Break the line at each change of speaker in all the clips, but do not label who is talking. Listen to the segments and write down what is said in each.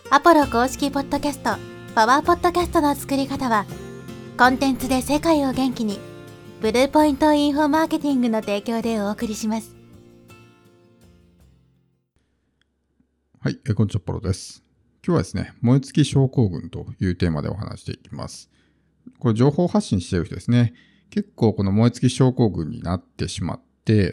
アポロ公式ポッドキャスト、パワーポッドキャストの作り方は、コンテンツで世界を元気に、ブルーポイントインフォマーケティングの提供でお送りします。
はい、こんにちは、ポロです。今日はですね、燃え尽き症候群というテーマでお話していきます。これ情報発信している人ですね、結構この燃え尽き症候群になってしまって、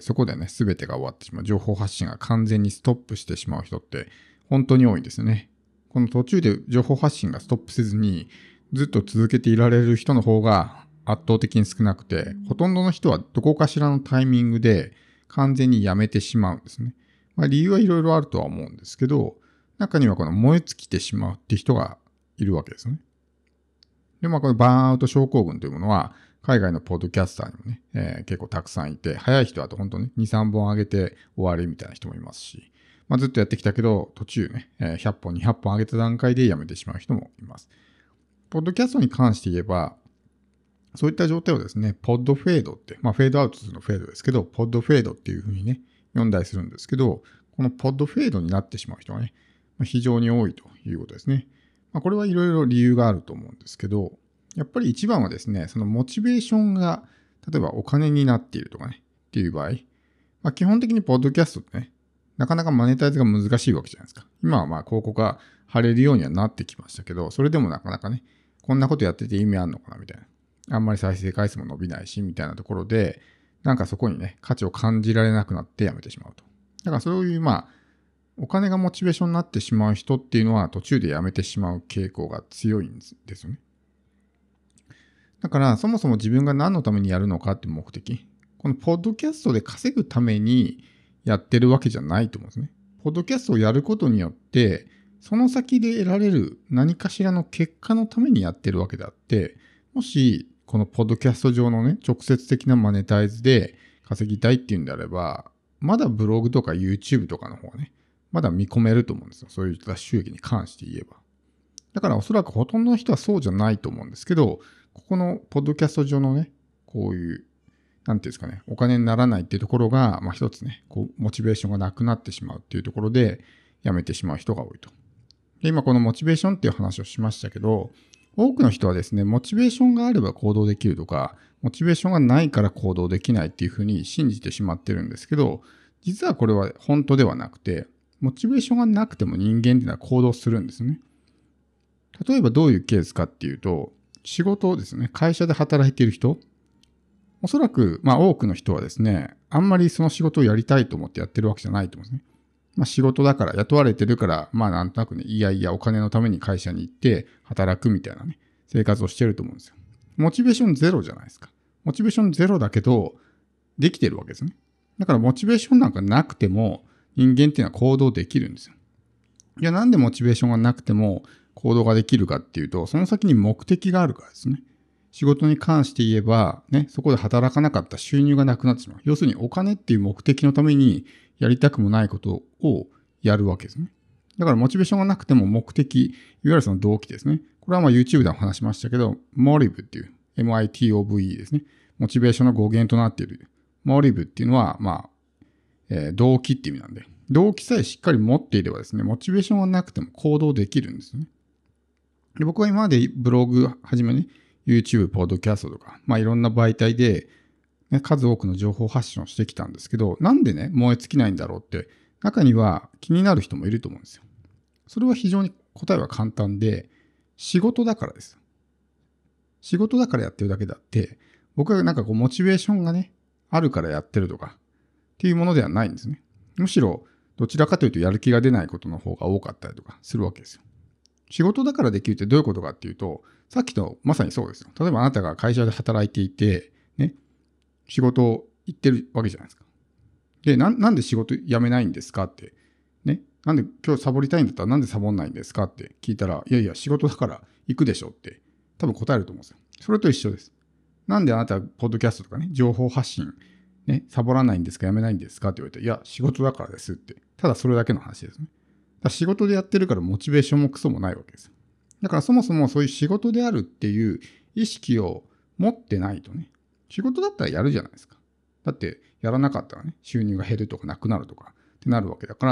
そこでね、全てが終わってしまう、情報発信が完全にストップしてしまう人って本当に多いんですよね。この途中で情報発信がストップせずにずっと続けていられる人の方が圧倒的に少なくて、ほとんどの人はどこかしらのタイミングで完全にやめてしまうんですね。理由はいろいろあるとは思うんですけど、中にはこの燃え尽きてしまうって人がいるわけですね。で、このバーンアウト症候群というものは、海外のポッドキャスターにもね、結構たくさんいて、早い人だと本当に2、3本上げて終わりみたいな人もいますし、ずっとやってきたけど、途中ね、100本、200本上げた段階でやめてしまう人もいます。ポッドキャストに関して言えば、そういった状態をですね、ポッドフェードって、フェードアウトするのフェードですけど、ポッドフェードっていうふうにね、読んだりするんですけど、このポッドフェードになってしまう人がね、非常に多いということですね。これはいろいろ理由があると思うんですけど、やっぱり一番はですね、そのモチベーションが、例えばお金になっているとかね、っていう場合、基本的にポッドキャストってね、なかなかマネタイズが難しいわけじゃないですか。今は広告が貼れるようにはなってきましたけど、それでもなかなかね、こんなことやってて意味あんのかなみたいな。あんまり再生回数も伸びないし、みたいなところで、なんかそこにね、価値を感じられなくなってやめてしまうと。だからそういうお金がモチベーションになってしまう人っていうのは途中でやめてしまう傾向が強いんですよね。だからそもそも自分が何のためにやるのかっていう目的。このポッドキャストで稼ぐためにやってるわけじゃないと思うんですね。ポッドキャストをやることによって、その先で得られる何かしらの結果のためにやってるわけであって、もしこのポッドキャスト上のね、直接的なマネタイズで稼ぎたいっていうんであれば、まだブログとか YouTube とかの方がね、まだ見込めると思うんですよ。そういった収益に関して言えば。だからおそらくほとんどの人はそうじゃないと思うんですけど、ここのポッドキャスト上のね、こういう、なんていうんですかね、お金にならないっていうところが、一つね、モチベーションがなくなってしまうっていうところで、やめてしまう人が多いと。で、今このモチベーションっていう話をしましたけど、多くの人はですね、モチベーションがあれば行動できるとか、モチベーションがないから行動できないっていうふうに信じてしまってるんですけど、実はこれは本当ではなくて、モチベーションがなくても人間っていうのは行動するんですね。例えばどういうケースかっていうと、仕事をですね、会社で働いている人、おそらく、多くの人はですね、あんまりその仕事をやりたいと思ってやってるわけじゃないと思うんですね。仕事だから雇われてるから、なんとなくね、いやいやお金のために会社に行って働くみたいなね、生活をしてると思うんですよ。モチベーションゼロじゃないですか。モチベーションゼロだけど、できてるわけですね。だからモチベーションなんかなくても、人間っていうのは行動できるんですよ。いや、なんでモチベーションがなくても行動ができるかっていうと、その先に目的があるからですね。仕事に関して言えば、ね、そこで働かなかった収入がなくなってしまう。要するにお金っていう目的のためにやりたくもないことをやるわけですね。だからモチベーションがなくても目的、いわゆるその動機ですね。これはYouTube でも話しましたけど、motive っていう、MITOVE ですね。モチベーションの語源となっている。motive っていうのは、動機っていう意味なんで。動機さえしっかり持っていればですね、モチベーションがなくても行動できるんですね。で、僕は今までブログはじめね、YouTube、ポッドキャストとか、いろんな媒体で、ね、数多くの情報発信をしてきたんですけど、なんでね、燃え尽きないんだろうって、中には気になる人もいると思うんですよ。それは非常に答えは簡単で、仕事だからです。仕事だからやってるだけであって、僕はモチベーションがね、あるからやってるとか、っていうものではないんですね。むしろ、どちらかというとやる気が出ないことの方が多かったりとかするわけですよ。仕事だからできるってどういうことかっていうと、さっきとまさにそうですよ。例えばあなたが会社で働いていて、ね、仕事を行ってるわけじゃないですか。で、なんで仕事辞めないんですかって、ね、なんで今日サボりたいんだったらなんでサボんないんですかって聞いたら、いやいや仕事だから行くでしょって多分答えると思うんですよ。それと一緒です。なんであなたポッドキャストとかね、情報発信、ね、サボらないんですか辞めないんですかって言われて、いや仕事だからですって。ただそれだけの話ですね。仕事でやってるからモチベーションもクソもないわけです。だからそもそもそういう仕事であるっていう意識を持ってないとね、仕事だったらやるじゃないですか。だってやらなかったらね、収入が減るとかなくなるとかってなるわけだから、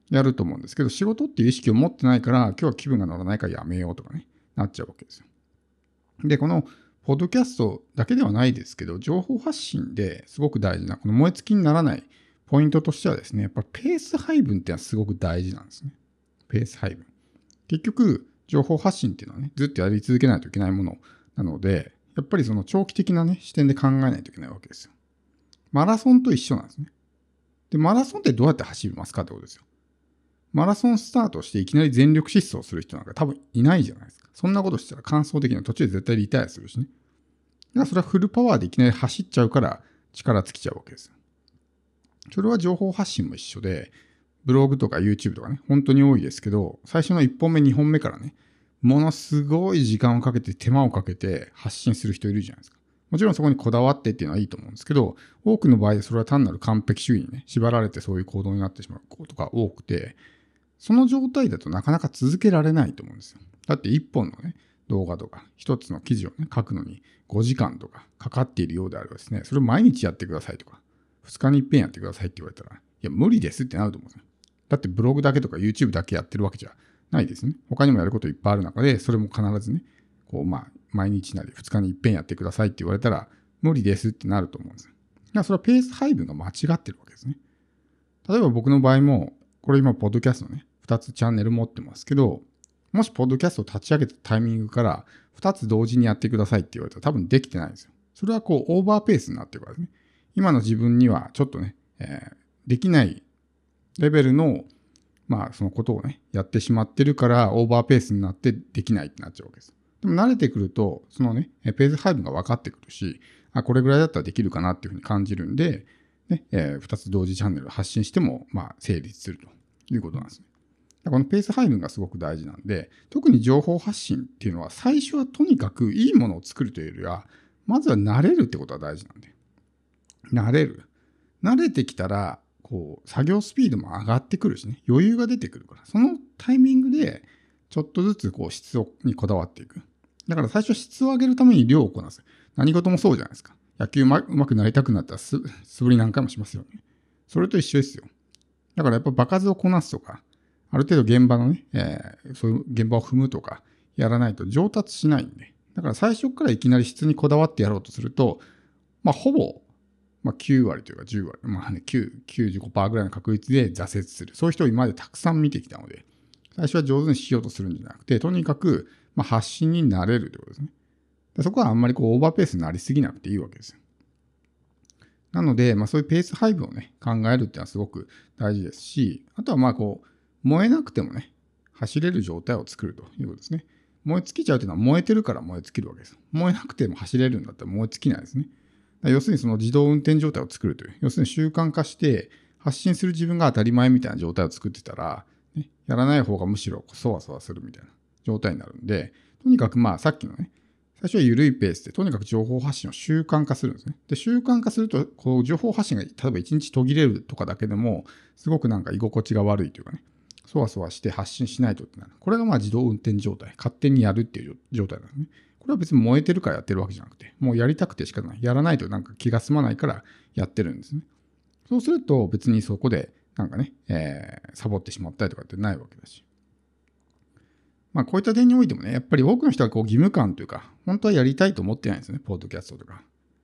やると思うんですけど、仕事っていう意識を持ってないから、今日は気分が乗らないからやめようとかね、なっちゃうわけですよ。で、この、ポッドキャストだけではないですけど、情報発信ですごく大事な、この燃え尽きにならないポイントとしてはですね、やっぱりペース配分っていうのはすごく大事なんですね。ペース配分。結局、情報発信っていうのはね、ずっとやり続けないといけないものなので、やっぱりその長期的なね、視点で考えないといけないわけですよ。マラソンと一緒なんですね。で、マラソンってどうやって走りますかってことですよ。マラソンスタートしていきなり全力疾走する人なんか多分いないじゃないですか。そんなことしたら完走的には途中で絶対リタイアするしね。だからそれはフルパワーでいきなり走っちゃうから力尽きちゃうわけですよ。それは情報発信も一緒で、ブログとか YouTube とかね、本当に多いですけど、最初の1本目、2本目からね、ものすごい時間をかけて手間をかけて発信する人いるじゃないですか。もちろんそこにこだわってっていうのはいいと思うんですけど、多くの場合それは単なる完璧主義にね、縛られてそういう行動になってしまうことが多くて、その状態だとなかなか続けられないと思うんですよ。だって1本のね、動画とか1つの記事をね、書くのに5時間とかかかっているようであればですね、それを毎日やってくださいとか、2日に一遍やってくださいって言われたら、いや、無理ですってなると思うんですよ。だってブログだけとか YouTube だけやってるわけじゃないですね。他にもやることいっぱいある中で、それも必ずね、こう毎日なり2日に一遍やってくださいって言われたら、無理ですってなると思うんですよ。だからそれはペース配分が間違ってるわけですね。例えば僕の場合も、これ今、ポッドキャストね、2つチャンネル持ってますけど、もしポッドキャストを立ち上げたタイミングから2つ同時にやってくださいって言われたら多分できてないんですよ。それはこうオーバーペースになってるからですね。今の自分にはちょっとね、できないレベルのそのことをね、やってしまってるからオーバーペースになってできないってなっちゃうわけです。でも慣れてくると、そのね、ペース配分が分かってくるし、これぐらいだったらできるかなっていうふうに感じるんで、ね、2つ同時チャンネルを発信しても、成立するということなんですね。このペース配分がすごく大事なんで、特に情報発信っていうのは、最初はとにかくいいものを作るというよりは、まずは慣れるってことが大事なんで。慣れる。慣れてきたら、こう、作業スピードも上がってくるしね、余裕が出てくるから、そのタイミングで、ちょっとずつこう質にこだわっていく。だから最初質を上げるために量をこなす。何事もそうじゃないですか。野球うまくなりたくなったら素振り何回もしますよね。それと一緒ですよ。だからやっぱ場数をこなすとか、ある程度現場のね、そういう現場を踏むとかやらないと上達しないんで。だから最初からいきなり質にこだわってやろうとすると、ほぼ、9割というか10割、95% ぐらいの確率で挫折する。そういう人を今までたくさん見てきたので、最初は上手にしようとするんじゃなくて、とにかく、発信になれるということですね。そこはあんまりこうオーバーペースになりすぎなくていいわけですよ。なので、そういうペース配分をね、考えるっていうのはすごく大事ですし、あとは燃えなくてもね、走れる状態を作るということですね。燃え尽きちゃうというのは燃えてるから燃え尽きるわけです。燃えなくても走れるんだったら燃え尽きないですね。要するにその自動運転状態を作るという、要するに習慣化して発信する自分が当たり前みたいな状態を作ってたら、ね、やらない方がむしろそわそわするみたいな状態になるんで、とにかくさっきのね、最初は緩いペースでとにかく情報発信を習慣化するんですね。で、習慣化すると、こう情報発信が例えば1日途切れるとかだけでも、すごく居心地が悪いというかね、そわそわして発信しないとってなる。これが自動運転状態、勝手にやるっていう状態なんですね。これは別に燃えてるからやってるわけじゃなくて、もうやりたくて仕方ない。やらないと気が済まないからやってるんですね。そうすると別にそこでサボってしまったりとかってないわけだし。こういった点においてもね、やっぱり多くの人は義務感というか、本当はやりたいと思ってないんですよね、ポッドキャストとか。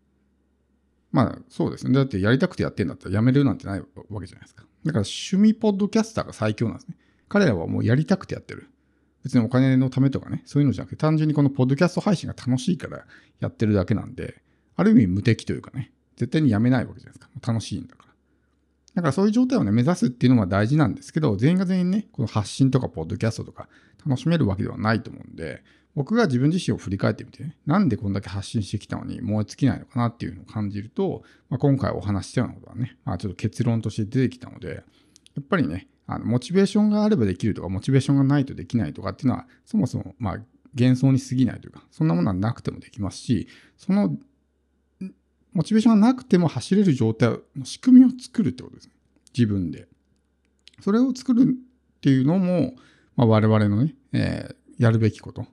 そうですね。だってやりたくてやってんだったらやめるなんてないわけじゃないですか。だから趣味ポッドキャスターが最強なんですね。彼らはもうやりたくてやってる。別にお金のためとかね、そういうのじゃなくて、単純にこのポッドキャスト配信が楽しいからやってるだけなんで、ある意味無敵というかね、絶対にやめないわけじゃないですか。楽しいんだから。だからそういう状態をね、目指すっていうのは大事なんですけど、全員が全員ね、この発信とかポッドキャストとか楽しめるわけではないと思うんで、僕が自分自身を振り返ってみてね、なんでこんだけ発信してきたのに燃え尽きないのかなっていうのを感じると、今回お話ししたようなことはね、ちょっと結論として出てきたので、やっぱりね、モチベーションがあればできるとか、モチベーションがないとできないとかっていうのは、そもそも幻想に過ぎないというか、そんなものはなくてもできますし、そのモチベーションがなくても走れる状態の仕組みを作るってことですね。自分で。それを作るっていうのも、我々のね、やるべきこと。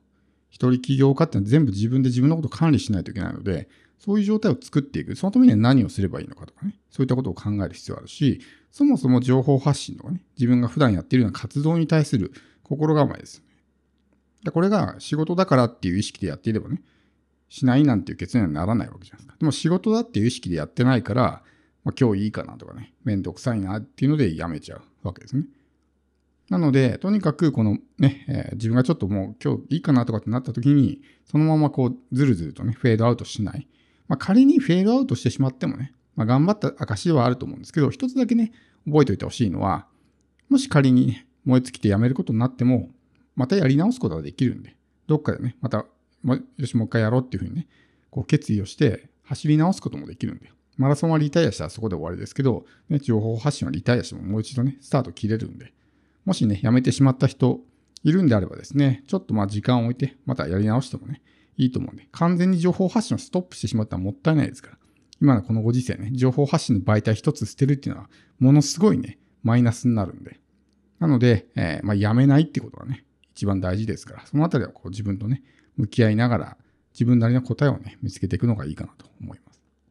一人起業家っていうのは全部自分で自分のことを管理しないといけないので、そういう状態を作っていく。そのためには何をすればいいのかとかね。そういったことを考える必要があるし、そもそも情報発信とかね、自分が普段やっているような活動に対する心構えですよね。でこれが仕事だからっていう意識でやっていればね、しないなんていう結論にはならないわけじゃないですか。でも仕事だっていう意識でやってないから、今日いいかなとかね、めんどくさいなっていうのでやめちゃうわけですね。なので、とにかくこのね、自分がちょっともう今日いいかなとかってなった時に、そのままこうずるずるとね、フェードアウトしない。仮にフェードアウトしてしまってもね、頑張った証ではあると思うんですけど、一つだけね、覚えておいてほしいのは、もし仮に、ね、燃え尽きてやめることになっても、またやり直すことができるんで、どっかでね、また、よし、もう一回やろうっていうふうにね、こう決意をして走り直すこともできるんで、マラソンはリタイアしたらそこで終わりですけど、ね、情報発信はリタイアしてももう一度ね、スタート切れるんで、もしね、やめてしまった人いるんであればですね、ちょっと時間を置いて、またやり直してもね、いいと思うんで、完全に情報発信をストップしてしまったらもったいないですから、今のこのご時世ね、情報発信の媒体一つ捨てるっていうのは、ものすごいね、マイナスになるんで、なので、やめないってことがね、一番大事ですから、そのあたりはこう自分とね、向き合いながら、自分なりの答えをね、見つけていくのがいいかなと思います。